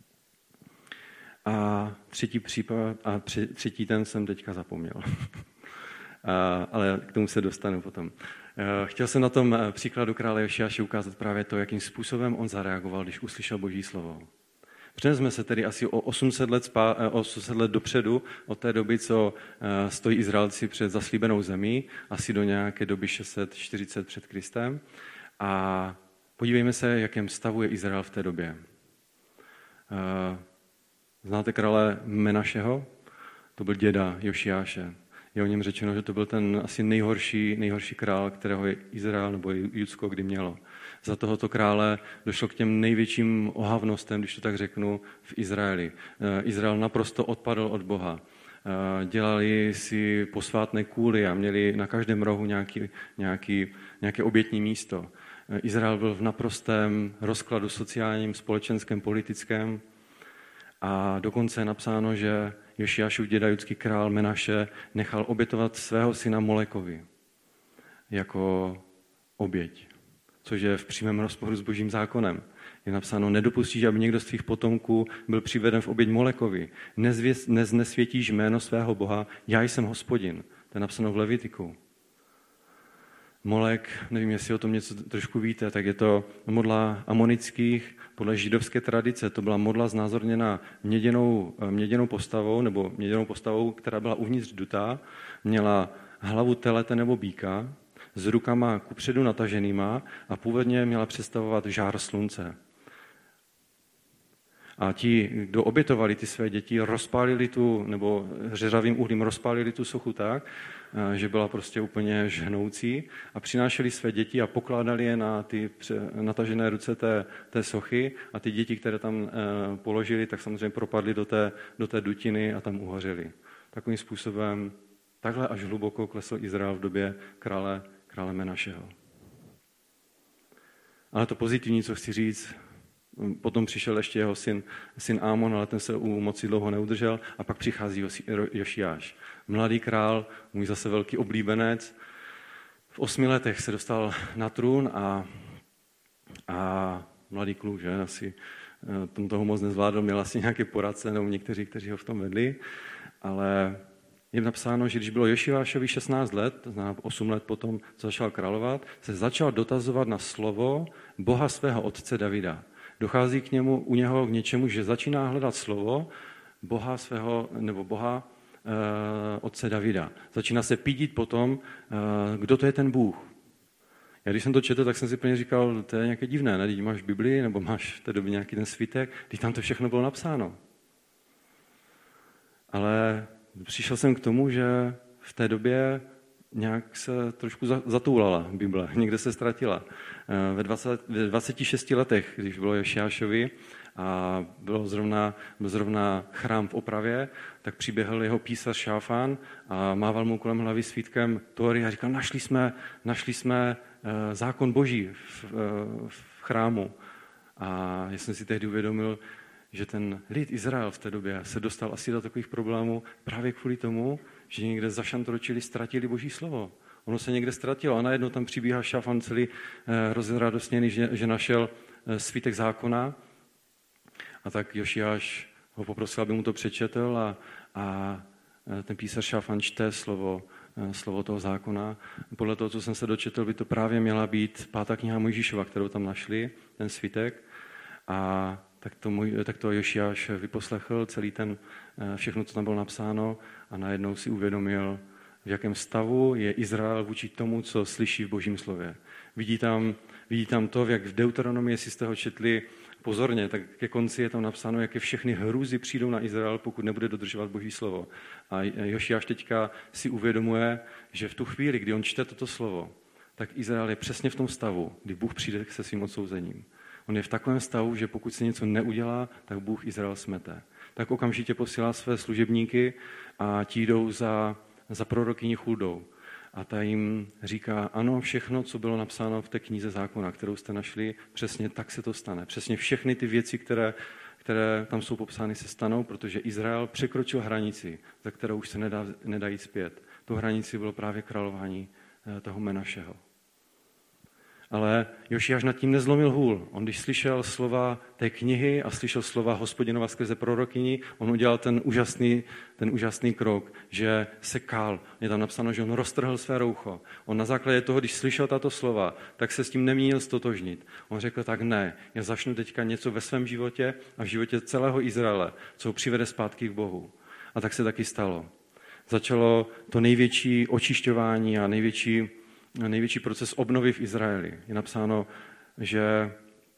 A třetí případ, a třetí ten jsem teďka zapomněl. a, ale k tomu se dostanu potom. Chtěl jsem na tom příkladu krále Jošiáše ukázat právě to, jakým způsobem on zareagoval, když uslyšel Boží slovo. Přenesme se tedy asi o osm set let, spá, osm set let dopředu, od té doby, co stojí Izraelci před zaslíbenou zemí, asi do nějaké doby šest set čtyřicet před Kristem. A podívejme se, jakém stavu je Izrael v té době. Znáte krále Menašeho? To byl děda Jošiáše. Je o něm řečeno, že to byl ten asi nejhorší, nejhorší král, kterého je Izrael nebo Judsko kdy mělo. Za tohoto krále došlo k těm největším ohavnostem, když to tak řeknu, v Izraeli. Izrael naprosto odpadl od Boha. Dělali si posvátné kůly a měli na každém rohu nějaký, nějaký, nějaké obětní místo. Izrael byl v naprostém rozkladu sociálním, společenském, politickém a dokonce je napsáno, že Jošiášův děda judský král Menaše nechal obětovat svého syna Molekovi jako oběť, což je v přímém rozporu s božím zákonem. Je napsáno, nedopustíš, aby někdo z tvých potomků byl přiveden v oběť Molekovi. Neznesvětíš jméno svého Boha, já jsem Hospodin. To je napsáno v Levitiku. Molek, nevím, jestli o tom něco trošku víte, tak je to modla amonických, podle židovské tradice. To byla modla znázorněná měděnou, měděnou postavou, nebo měděnou postavou, která byla uvnitř dutá, měla hlavu telete nebo býka, s rukama kupředu nataženýma a původně měla představovat žár slunce. A ti, kdo obětovali ty své děti, rozpálili tu, nebo řeřavým uhlím rozpálili tu sochu tak, že byla prostě úplně žhnoucí a přinášeli své děti a pokládali je na ty natažené ruce té, té sochy a ty děti, které tam položili, tak samozřejmě propadly do té, do té dutiny a tam uhořeli. Takovým způsobem takhle až hluboko klesl Izrael v době krále, krále Menašeho. Ale to pozitivní, co chci říct, potom přišel ještě jeho syn, syn Ámon, ale ten se u moci dlouho neudržel a pak přichází Jošiáš. Mladý král, můj zase velký oblíbenec. V osmi letech se dostal na trůn a, a mladý kluk, že asi tom toho moc nezvládl, měl asi nějaké poradce nebo někteří, kteří ho v tom vedli, ale je napsáno, že když bylo Jošiášovi šestnáct let, to znamená osm let potom, co začal královat, se začal dotazovat na slovo Boha svého otce Davida. Dochází k němu, u něho k něčemu, že začíná hledat slovo Boha svého, nebo Boha e, otce Davida. Začíná se pídit potom, e, kdo to je ten Bůh. Já když jsem to četl, tak jsem si plně říkal, to je nějaké divné, ne? Když máš Biblii, nebo máš v té době nějaký ten svítek, když tam to všechno bylo napsáno. Ale přišel jsem k tomu, že v té době nějak se trošku zatoulala Bible, někde se ztratila. Ve, dvaceti, ve dvaceti šesti letech, když bylo Jošiášovi a bylo zrovna, byl zrovna chrám v opravě, tak přiběhl jeho písař Šáfán a mával mu kolem hlavy svítkem Tóry a říkal, našli jsme, našli jsme zákon Boží v, v chrámu. A já jsem si tehdy uvědomil, že ten lid Izrael v té době se dostal asi do takových problémů právě kvůli tomu, že někde zašantročili, ztratili Boží slovo. Ono se někde ztratilo a najednou tam přibíhá Šafan celý eh, rozradostněný, že, že našel eh, svítek zákona. A tak Jošiáš ho poprosil, aby mu to přečetl a, a ten písař Šafan čte slovo, eh, slovo toho zákona. Podle toho, co jsem se dočetl, by to právě měla být pátá kniha Mojžíšova, kterou tam našli, ten svítek. A tak to, můj, tak to Jošiáš vyposlechl, celý ten, všechno, co tam bylo napsáno a najednou si uvědomil, v jakém stavu je Izrael vůči tomu, co slyší v Božím slově. Vidí tam, vidí tam to, jak v Deuteronomii, jestli jste ho četli pozorně, tak ke konci je tam napsáno, jaké všechny hrůzy přijdou na Izrael, pokud nebude dodržovat Boží slovo. A Jošiáš teďka si uvědomuje, že v tu chvíli, kdy on čte toto slovo, tak Izrael je přesně v tom stavu, kdy Bůh přijde se svým odsouzením. On je v takovém stavu, že pokud se něco neudělá, tak Bůh Izrael smete. Tak okamžitě posílá své služebníky a ti jdou za, za prorokyní Chuldou. A ta jim říká, ano, všechno, co bylo napsáno v té knize zákona, kterou jste našli, přesně tak se to stane. Přesně všechny ty věci, které, které tam jsou popsány, se stanou, protože Izrael překročil hranici, za kterou už se nedá, nedá jít zpět. Tu hranici bylo právě králování toho Menašeho. Ale Jošiáš nad tím nezlomil hůl. On, když slyšel slova té knihy a slyšel slova Hospodinova skrze prorokyni, on udělal ten úžasný, ten úžasný krok, že se kál. Je tam napsáno, že on roztrhl své roucho. On na základě toho, když slyšel tato slova, tak se s tím neměl stotožnit. On řekl tak ne, já začnu teďka něco ve svém životě a v životě celého Izraele, co ho přivede zpátky k Bohu. A tak se taky stalo. Začalo to největší očišťování a největší největší proces obnovy v Izraeli. Je napsáno, že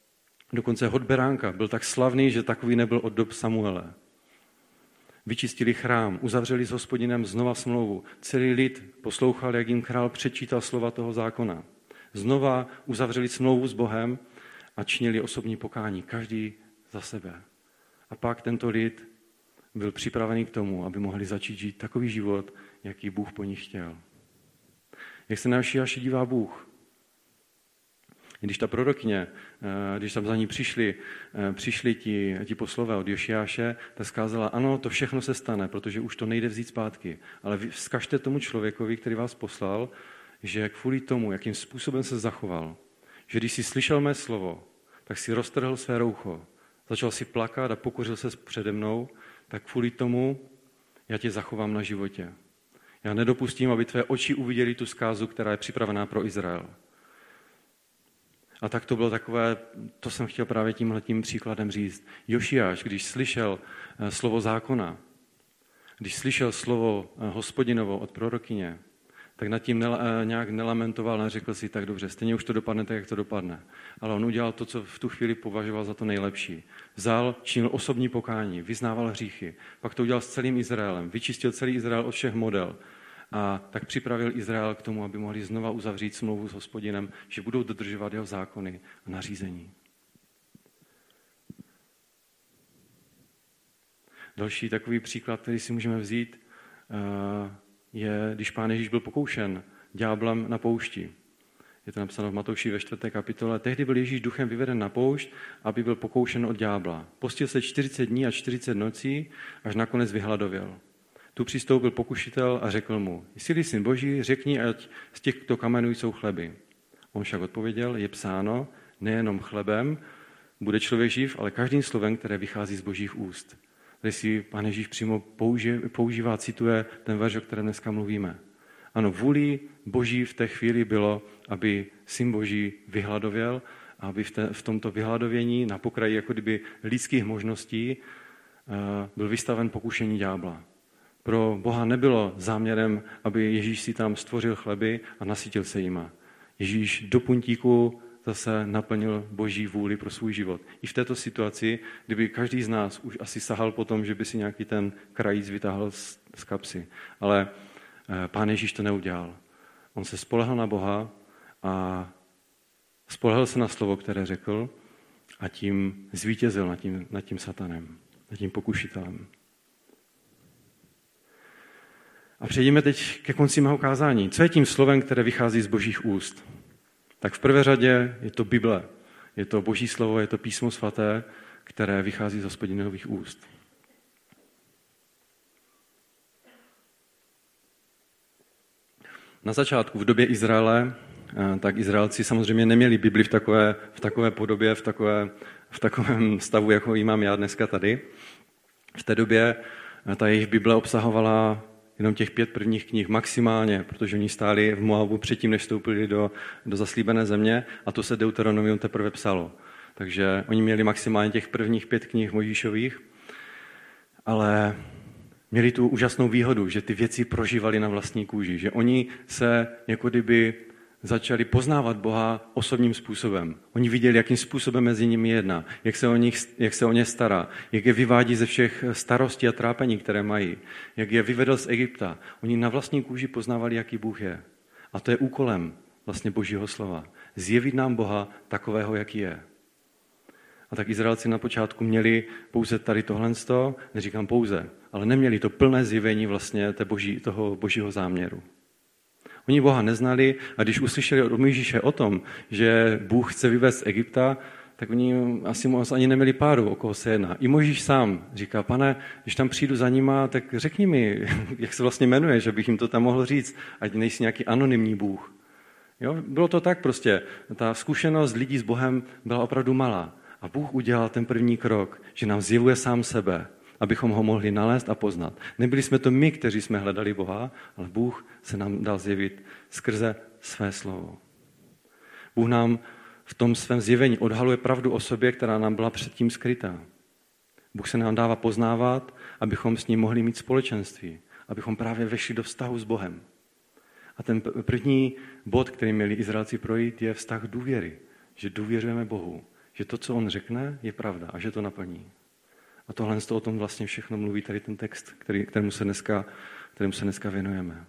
Dokonce hod beránka byl tak slavný, že takový nebyl od dob Samuele. Vyčistili chrám, uzavřeli s Hospodinem znova smlouvu. Celý lid poslouchal, jak jim král přečítal slova toho zákona. Znova uzavřeli smlouvu s Bohem a činili osobní pokání, každý za sebe. A pak tento lid byl připravený k tomu, aby mohli začít žít takový život, jaký Bůh po nich chtěl. Jak se na Jošiáše dívá Bůh? Když ta prorokyně, když tam za ní přišli, přišli ti, ti poslové od Jošiáše, tak zkázala, ano, to všechno se stane, protože už to nejde vzít zpátky. Ale vy vzkažte tomu člověkovi, který vás poslal, že kvůli tomu, jakým způsobem se zachoval, že když si slyšel mé slovo, tak si roztrhl své roucho, začal si plakat a pokořil se přede mnou, tak kvůli tomu já tě zachovám na životě. Já nedopustím, aby tvé oči uviděly tu zkázu, která je připravená pro Izrael. A tak to bylo takové, to jsem chtěl právě tímhletím příkladem říct. Jošiáš, když slyšel slovo zákona, když slyšel slovo Hospodinovo od prorokyně, tak nad tím nějak nelamentoval, neřekl si, tak dobře, stejně už to dopadne tak, jak to dopadne. Ale on udělal to, co v tu chvíli považoval za to nejlepší. Vzal, činil osobní pokání, vyznával hříchy, pak to udělal s celým Izraelem, vyčistil celý Izrael od všech model. A tak připravil Izrael k tomu, aby mohli znova uzavřít smlouvu s Hospodinem, že budou dodržovat jeho zákony a nařízení. Další takový příklad, který si můžeme vzít, je, když Pán Ježíš byl pokoušen ďáblem na poušti. Je to napsáno v Matouši ve čtvrté kapitole. Tehdy byl Ježíš duchem vyveden na poušť, aby byl pokoušen od ďábla. Postil se čtyřicet dní a čtyřicet nocí, až nakonec vyhladověl. Tu přistoupil pokušitel a řekl mu, jestli syn Boží, řekni, ať z těchto kamenů jsou chleby. On však odpověděl, je psáno, nejenom chlebem bude člověk živ, ale každým slovem, které vychází z Božích úst. Tady si Pán Ježíš přímo používá, cituje ten verš, o kterém dneska mluvíme. Ano, vůlí Boží v té chvíli bylo, aby syn Boží vyhladověl a aby v, te, v tomto vyhladovění na pokraji jako kdyby lidských možností byl vystaven pokušení ďábla. Pro Boha nebylo záměrem, aby Ježíš si tam stvořil chleby a nasytil se jima. Ježíš do puntíku zase naplnil Boží vůli pro svůj život. I v této situaci, kdyby každý z nás už asi sahal po tom, že by si nějaký ten krajíc vytáhl z, z kapsy. Ale Pán Ježíš to neudělal. On se spolehl na Boha a spolehl se na slovo, které řekl a tím zvítězil nad tím, nad tím satanem, nad tím pokušitelem. A přejdeme teď ke konci mého kázání. Co je tím slovem, které vychází z Božích úst? Tak v prvé řadě je to Bible. Je to Boží slovo, je to písmo svaté, které vychází z Hospodinových úst. Na začátku, v době Izraele, tak Izraelci samozřejmě neměli Bibli v takové, v takové podobě, v, takové, v takovém stavu, jako ji mám já dneska tady. V té době ta jejich Bible obsahovala jenom těch pět prvních knih maximálně, protože oni stáli v Moabu předtím, než vstoupili do, do zaslíbené země a to se Deuteronomium teprve psalo. Takže oni měli maximálně těch prvních pět knih Mojžíšových, ale měli tu úžasnou výhodu, že ty věci prožívali na vlastní kůži, že oni se jako kdyby začali poznávat Boha osobním způsobem. Oni viděli, jakým způsobem mezi nimi jedná, jak se o nich, jak se o ně stará, jak je vyvádí ze všech starostí a trápení, které mají, jak je vyvedl z Egypta. Oni na vlastní kůži poznávali, jaký Bůh je. A to je úkolem vlastně Božího slova. Zjevit nám Boha takového, jaký je. A tak Izraelci na počátku měli pouze tady tohle, neříkám pouze, ale neměli to plné zjevení vlastně té boží, toho Božího záměru. Oni Boha neznali a když uslyšeli od Mojžíše o tom, že Bůh chce vyvést z Egypta, tak oni asi moc ani neměli páru, o koho se jedná. I Mojžíš sám říká, pane, když tam přijdu za nima, tak řekni mi, jak se vlastně jmenuje, že bych jim to tam mohl říct, ať nejsi nějaký anonymní Bůh. Jo? Bylo to tak prostě. Ta zkušenost lidí s Bohem byla opravdu malá. A Bůh udělal ten první krok, že nám zjevuje sám sebe, abychom ho mohli nalézt a poznat. Nebyli jsme to my, kteří jsme hledali Boha, ale Bůh se nám dal zjevit skrze své slovo. Bůh nám v tom svém zjevení odhaluje pravdu o sobě, která nám byla předtím skrytá. Bůh se nám dává poznávat, abychom s ním mohli mít společenství, abychom právě vešli do vztahu s Bohem. A ten první bod, který měli Izraelci projít, je vztah důvěry, že důvěřujeme Bohu, že to, co on řekne, je pravda a že to naplní. A tohle o tom vlastně všechno mluví tady ten text, který, kterému, se dneska, kterému se dneska věnujeme.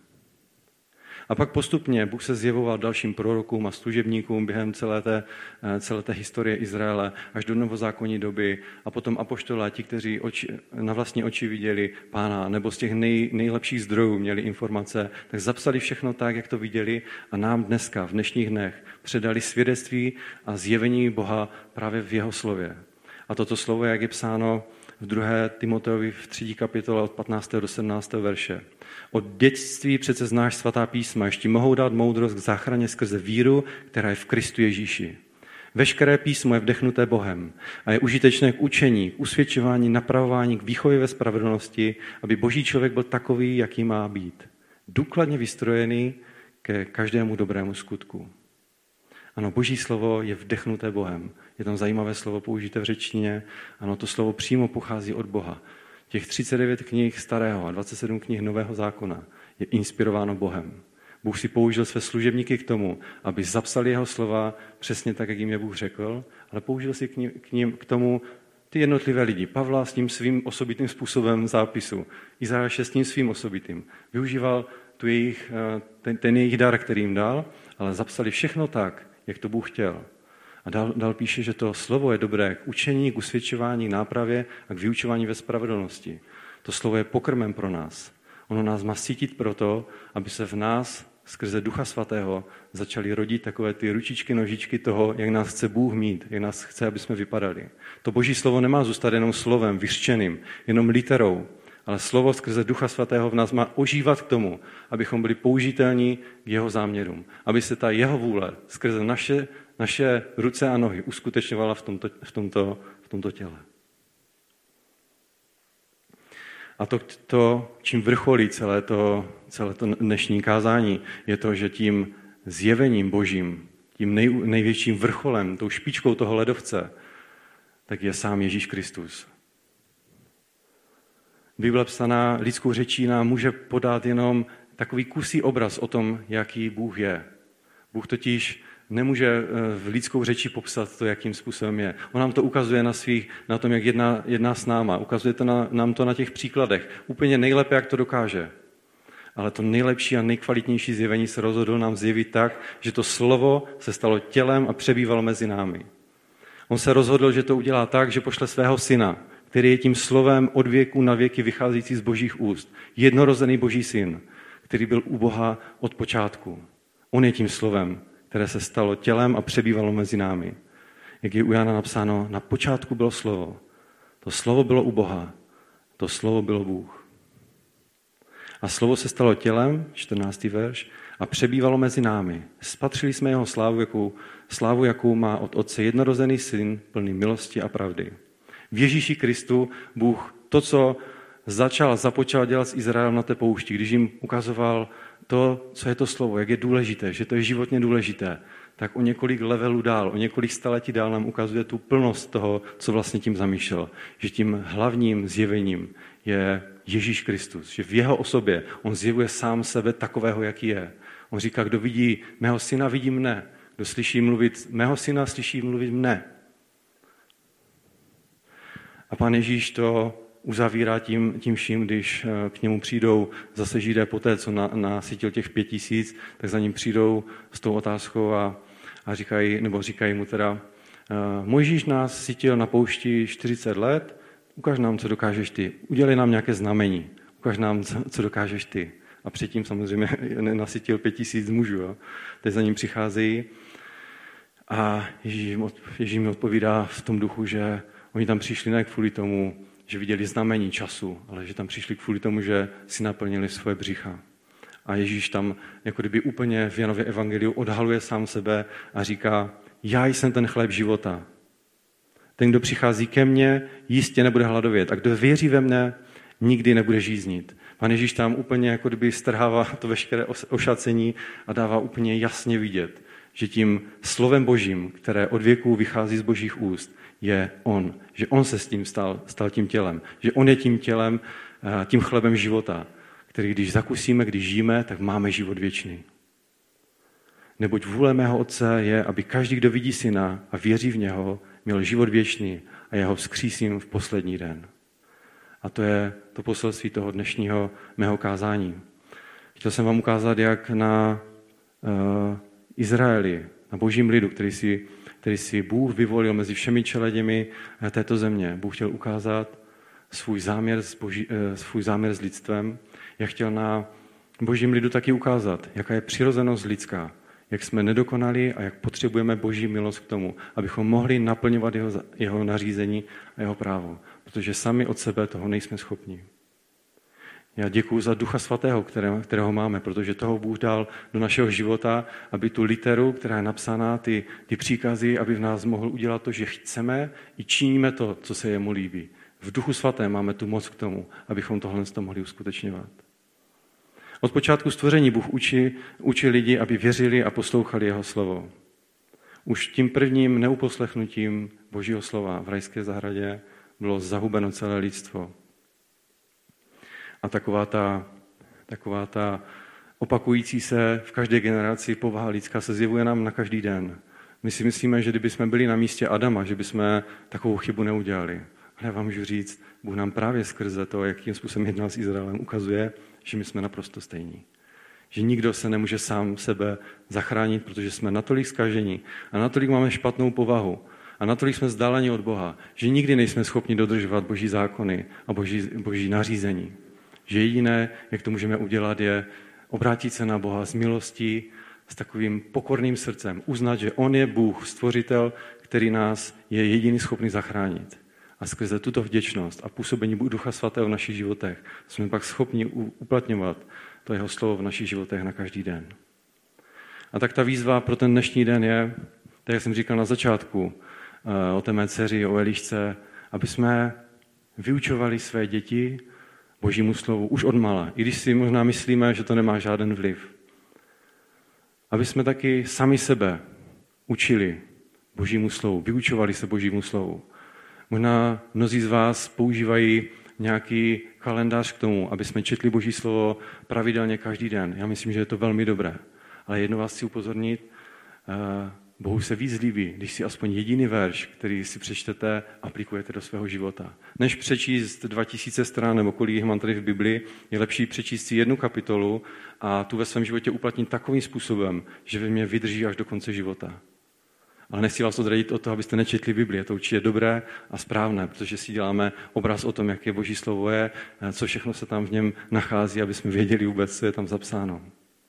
A pak postupně Bůh se zjevoval dalším prorokům a služebníkům během celé té, celé té historie Izraele až do novozákonní doby a potom apoštolé, ti, kteří oči, na vlastní oči viděli Pána nebo z těch nej, nejlepších zdrojů měli informace, tak zapsali všechno tak, jak to viděli a nám dneska, v dnešních dnech, předali svědectví a zjevení Boha právě v jeho slově. A toto slovo, jak je psáno v druhé Timoteovi v třetí kapitole od patnáctého do sedmnáctého verše. Od dětství přece znáš svatá písma, ještě mohou dát moudrost k záchraně skrze víru, která je v Kristu Ježíši. Veškeré písmo je vdechnuté Bohem a je užitečné k učení, k usvědčování, napravování, k výchově ve spravedlnosti, aby boží člověk byl takový, jaký má být. Důkladně vystrojený ke každému dobrému skutku. Ano, boží slovo je vdechnuté Bohem. Je tam zajímavé slovo použité v řečtině. Ano, to slovo přímo pochází od Boha. Těch třicet devět knih starého a dvacet sedm knih nového zákona je inspirováno Bohem. Bůh si použil své služebníky k tomu, aby zapsali jeho slova přesně tak, jak jim je Bůh řekl, ale použil si k ním, k, ním, k tomu ty jednotlivé lidi. Pavla s tím svým osobitým způsobem zápisu. Izajáše s tím svým osobitým. Využíval tu jejich, ten, ten jejich dar, který jim dal, ale zapsali všechno tak, jak to Bůh chtěl. A dál, dál píše, že to slovo je dobré k učení, k usvědčování, k nápravě a k vyučování ve spravedlnosti. To slovo je pokrmem pro nás. Ono nás má sítit proto, aby se v nás skrze Ducha Svatého začaly rodit takové ty ručičky, nožičky toho, jak nás chce Bůh mít, jak nás chce, aby jsme vypadali. To boží slovo nemá zůstat jenom slovem, vyřčeným, jenom literou, ale slovo skrze Ducha Svatého v nás má ožívat k tomu, abychom byli použitelní k jeho záměrům. Aby se ta jeho vůle skrze naše, naše ruce a nohy uskutečňovala v tomto, v tomto, v tomto těle. A to, to, čím vrcholí celé to, celé to dnešní kázání, je to, že tím zjevením božím, tím nej, největším vrcholem, tou špičkou toho ledovce, tak je sám Ježíš Kristus. Bible psaná lidskou řečí nám může podat jenom takový kusý obraz o tom, jaký Bůh je. Bůh totiž nemůže v lidskou řeči popsat to, jakým způsobem je. On nám to ukazuje na, svých, na tom, jak jedná, jedná s náma. Ukazuje to na, nám to na těch příkladech. Úplně nejlépe, jak to dokáže. Ale to nejlepší a nejkvalitnější zjevení se rozhodl nám zjevit tak, že to slovo se stalo tělem a přebývalo mezi námi. On se rozhodl, že to udělá tak, že pošle svého syna, který je tím slovem od věku na věky vycházející z božích úst. Jednorozený boží syn, který byl u Boha od počátku. On je tím slovem, které se stalo tělem a přebývalo mezi námi. Jak je u Jana napsáno, na počátku bylo slovo. To slovo bylo u Boha. To slovo bylo Bůh. A slovo se stalo tělem, čtrnáctý verš, a přebývalo mezi námi. Spatřili jsme jeho slávu, jakou, slávu, jakou má od Otce jednorozený syn, plný milosti a pravdy. V Ježíši Kristu Bůh to, co začal, započal dělat s Izraelem na té poušti, když jim ukazoval to, co je to slovo, jak je důležité, že to je životně důležité, tak o několik levelů dál, o několik staletí dál nám ukazuje tu plnost toho, co vlastně tím zamýšlel. Že tím hlavním zjevením je Ježíš Kristus, že v jeho osobě on zjevuje sám sebe takového, jaký je. On říká, kdo vidí mého syna, vidí mne. Kdo slyší mluvit mého syna, slyší mluvit mne. A Pán Ježíš to uzavírá tím, tím vším, když k němu přijdou zase Židé poté, co na, nasytil těch pět tisíc, tak za ním přijdou s tou otázkou a, a říkají, nebo říkají mu teda, Mojžíš nás sytil na poušti čtyřicet let, ukaž nám, co dokážeš ty. Udělej nám nějaké znamení, ukaž nám, co dokážeš ty. A předtím samozřejmě nasytil pět tisíc mužů. Jo. Teď za ním přicházejí a Ježíš jim, Ježíš jim odpovídá v tom duchu, že oni tam přišli ne kvůli tomu, že viděli znamení času, ale že tam přišli kvůli tomu, že si naplnili svoje břicha. A Ježíš tam jako kdyby úplně v Janově evangeliu odhaluje sám sebe a říká, já jsem ten chléb života. Ten, kdo přichází ke mně, jistě nebude hladovět. A kdo věří ve mne, nikdy nebude žíznit. Pán Ježíš tam úplně jako kdyby strhává to veškeré ošacení a dává úplně jasně vidět, že tím slovem Božím, které od věků vychází z Božích úst, je on. Že on se s tím stal, stal tím tělem. Že on je tím tělem, tím chlebem života, který když zakusíme, když žijeme, tak máme život věčný. Neboť vůle mého Otce je, aby každý, kdo vidí syna a věří v něho, měl život věčný a já ho vzkřísím v poslední den. A to je to poselství toho dnešního mého kázání. Chtěl jsem vám ukázat, jak na uh, Izraeli, na božím lidu, který si, který si Bůh vyvolil mezi všemi čeleděmi této země. Bůh chtěl ukázat svůj záměr s, boží, uh, svůj záměr s lidstvem. Jak chtěl na božím lidu taky ukázat, jaká je přirozenost lidská, jak jsme nedokonalí a jak potřebujeme boží milost k tomu, abychom mohli naplňovat jeho, jeho nařízení a jeho právo. Protože sami od sebe toho nejsme schopni. Já děkuju za Ducha Svatého, kterého, kterého máme, protože toho Bůh dal do našeho života, aby tu literu, která je napsaná, ty, ty příkazy, aby v nás mohl udělat to, že chceme i činíme to, co se jemu líbí. V Duchu Svatém máme tu moc k tomu, abychom tohle mohli uskutečňovat. Od počátku stvoření Bůh učí, učí lidi, aby věřili a poslouchali jeho slovo. Už tím prvním neuposlechnutím Božího slova v rajské zahradě bylo zahubeno celé lidstvo. A taková ta, taková ta opakující se v každé generaci povaha lidská se zjevuje nám na každý den. My si myslíme, že kdyby jsme byli na místě Adama, že bychom takovou chybu neudělali. Ale já vám můžu říct, Bůh nám právě skrze to, jakým způsobem jednal s Izraelem, ukazuje, že my jsme naprosto stejní. Že nikdo se nemůže sám sebe zachránit, protože jsme natolik zkažení a natolik máme špatnou povahu a natolik jsme vzdáleni od Boha, že nikdy nejsme schopni dodržovat Boží zákony a Boží, Boží nařízení. Že jediné, jak to můžeme udělat, je obrátit se na Boha s milostí, s takovým pokorným srdcem, uznat, že On je Bůh, stvořitel, který nás je jediný schopný zachránit. A skrze tuto vděčnost a působení Ducha Svatého v našich životech jsme pak schopni uplatňovat to jeho slovo v našich životech na každý den. A tak ta výzva pro ten dnešní den je, tak jak jsem říkal na začátku, o té mé dceři, o Elišce, aby jsme vyučovali své děti Božímu slovu už od mala, i když si možná myslíme, že to nemá žádný vliv. Aby jsme taky sami sebe učili Božímu slovu, vyučovali se Božímu slovu. Možná mnozí z vás používají nějaký kalendář k tomu, aby jsme četli Boží slovo pravidelně každý den. Já myslím, že je to velmi dobré. Ale jedno vás chci upozornit, Bohu se víc líbí, když si aspoň jediný verš, který si přečtete, aplikujete do svého života. Než přečíst dva tisíce stran, nebo kolik jich mám tady v Biblii, je lepší přečíst si jednu kapitolu a tu ve svém životě uplatnit takovým způsobem, že ve mně vydrží až do konce života. Ale nechci vás odradit od toho, abyste nečetli Bibli. Je to určitě dobré a správné, protože si děláme obraz o tom, jak je Boží slovo je, co všechno se tam v něm nachází, aby jsme věděli vůbec, co je tam zapsáno.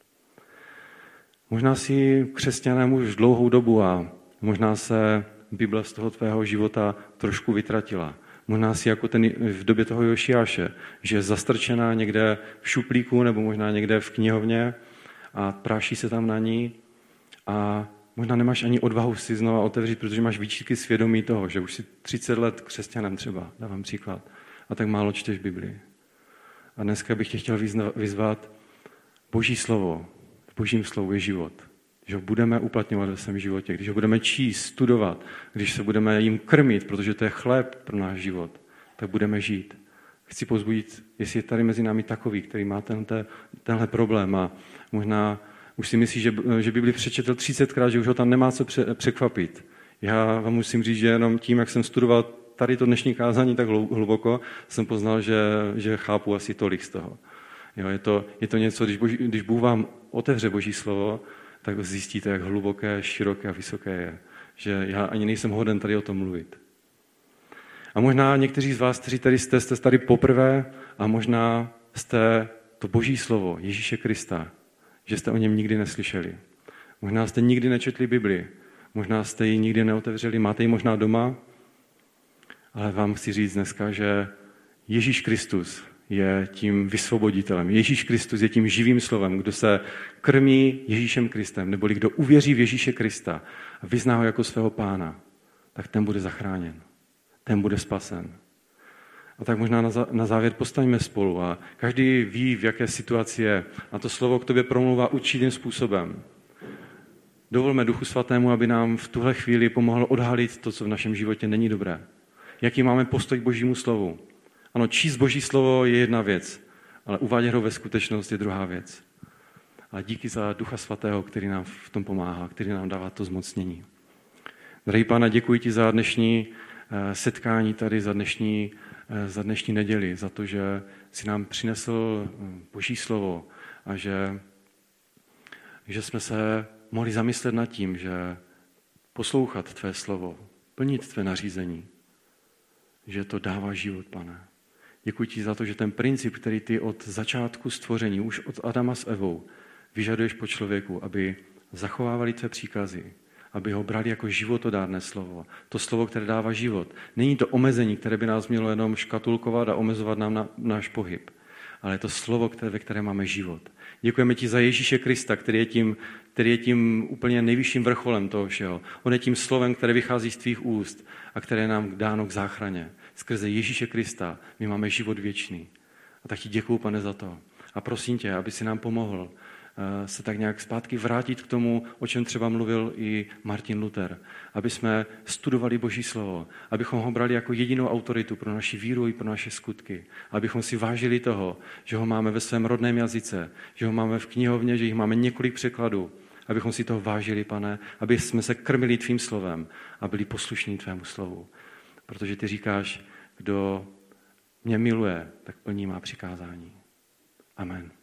Možná si křesťanem už dlouhou dobu a možná se Bible z toho tvého života trošku vytratila. Možná si jako ten v době toho Jošiáše, že je zastrčená někde v šuplíku nebo možná někde v knihovně a práší se tam na ní a možná nemáš ani odvahu si znova otevřít, protože máš výčitky svědomí toho, že už si třicet let křesťanem třeba, dávám příklad, a tak málo čteš Biblii. A dneska bych tě chtěl vyzvat, Boží slovo, v Božím slovu je život. Když ho budeme uplatňovat ve svém životě, když ho budeme číst, studovat, když se budeme jim krmit, protože to je chléb pro náš život, tak budeme žít. Chci povzbudit, jestli je tady mezi námi takový, který má tenhle, tenhle problém a možná už si myslí, že, že Bibli přečetl třicetkrát, že už ho tam nemá co překvapit. Já vám musím říct, že jenom tím, jak jsem studoval tady to dnešní kázání tak hluboko, jsem poznal, že, že chápu asi tolik z toho. Jo, je, to, je to něco, když, Boží, když Bůh vám otevře Boží slovo, tak zjistíte, jak hluboké, široké a vysoké je. Že já ani nejsem hoden tady o tom mluvit. A možná někteří z vás, kteří tady jste, jste tady poprvé a možná jste to Boží slovo Ježíše Krista, že jste o něm nikdy neslyšeli. Možná jste nikdy nečetli Bibli, možná jste ji nikdy neotevřeli, máte ji možná doma, ale vám chci říct dneska, že Ježíš Kristus je tím vysvoboditelem. Ježíš Kristus je tím živým slovem, kdo se krmí Ježíšem Kristem, neboli kdo uvěří v Ježíše Krista a vyzná ho jako svého pána, tak ten bude zachráněn, ten bude spasen. A tak možná na závěr postaňme spolu a každý ví, v jaké situaci je. A to slovo k tobě promluvá určitým způsobem. Dovolme Duchu Svatému, aby nám v tuhle chvíli pomohlo odhalit to, co v našem životě není dobré. Jaký máme postoj k Božímu slovu. Ano, číst Boží slovo je jedna věc, ale uvádět ho ve skutečnost je druhá věc. A díky za Ducha Svatého, který nám v tom pomáhá, který nám dává to zmocnění. Drahý Pane, děkuji ti za dnešní setkání tady, za dnešní, za dnešní neděli, za to, že jsi nám přinesl Boží slovo a že, že jsme se mohli zamyslet nad tím, že poslouchat tvé slovo, plnit tvé nařízení, že to dává život, Pane. Děkuji ti za to, že ten princip, který ty od začátku stvoření, už od Adama s Evou, vyžaduješ po člověku, aby zachovávali tvé příkazy, aby ho brali jako životodárné slovo. To slovo, které dává život. Není to omezení, které by nás mělo jenom škatulkovat a omezovat nám na, náš pohyb, ale je to slovo, které, ve kterém máme život. Děkujeme ti za Ježíše Krista, který je tím, který je tím úplně nejvyšším vrcholem toho všeho. On je tím slovem, které vychází z tvých úst a které je nám dáno k záchraně. Skrze Ježíše Krista my máme život věčný. A tak ti děkuju, Pane, za to. A prosím tě, aby si nám pomohl se tak nějak zpátky vrátit k tomu, o čem třeba mluvil i Martin Luther. Aby jsme studovali Boží slovo, abychom ho brali jako jedinou autoritu pro naši víru i pro naše skutky. Abychom si vážili toho, že ho máme ve svém rodném jazyce, že ho máme v knihovně, že jich máme několik překladů. Abychom si toho vážili, Pane, aby jsme se krmili tvým slovem a byli poslušní tvému slovu. Protože ty říkáš, kdo mě miluje, tak plní má přikázání. Amen.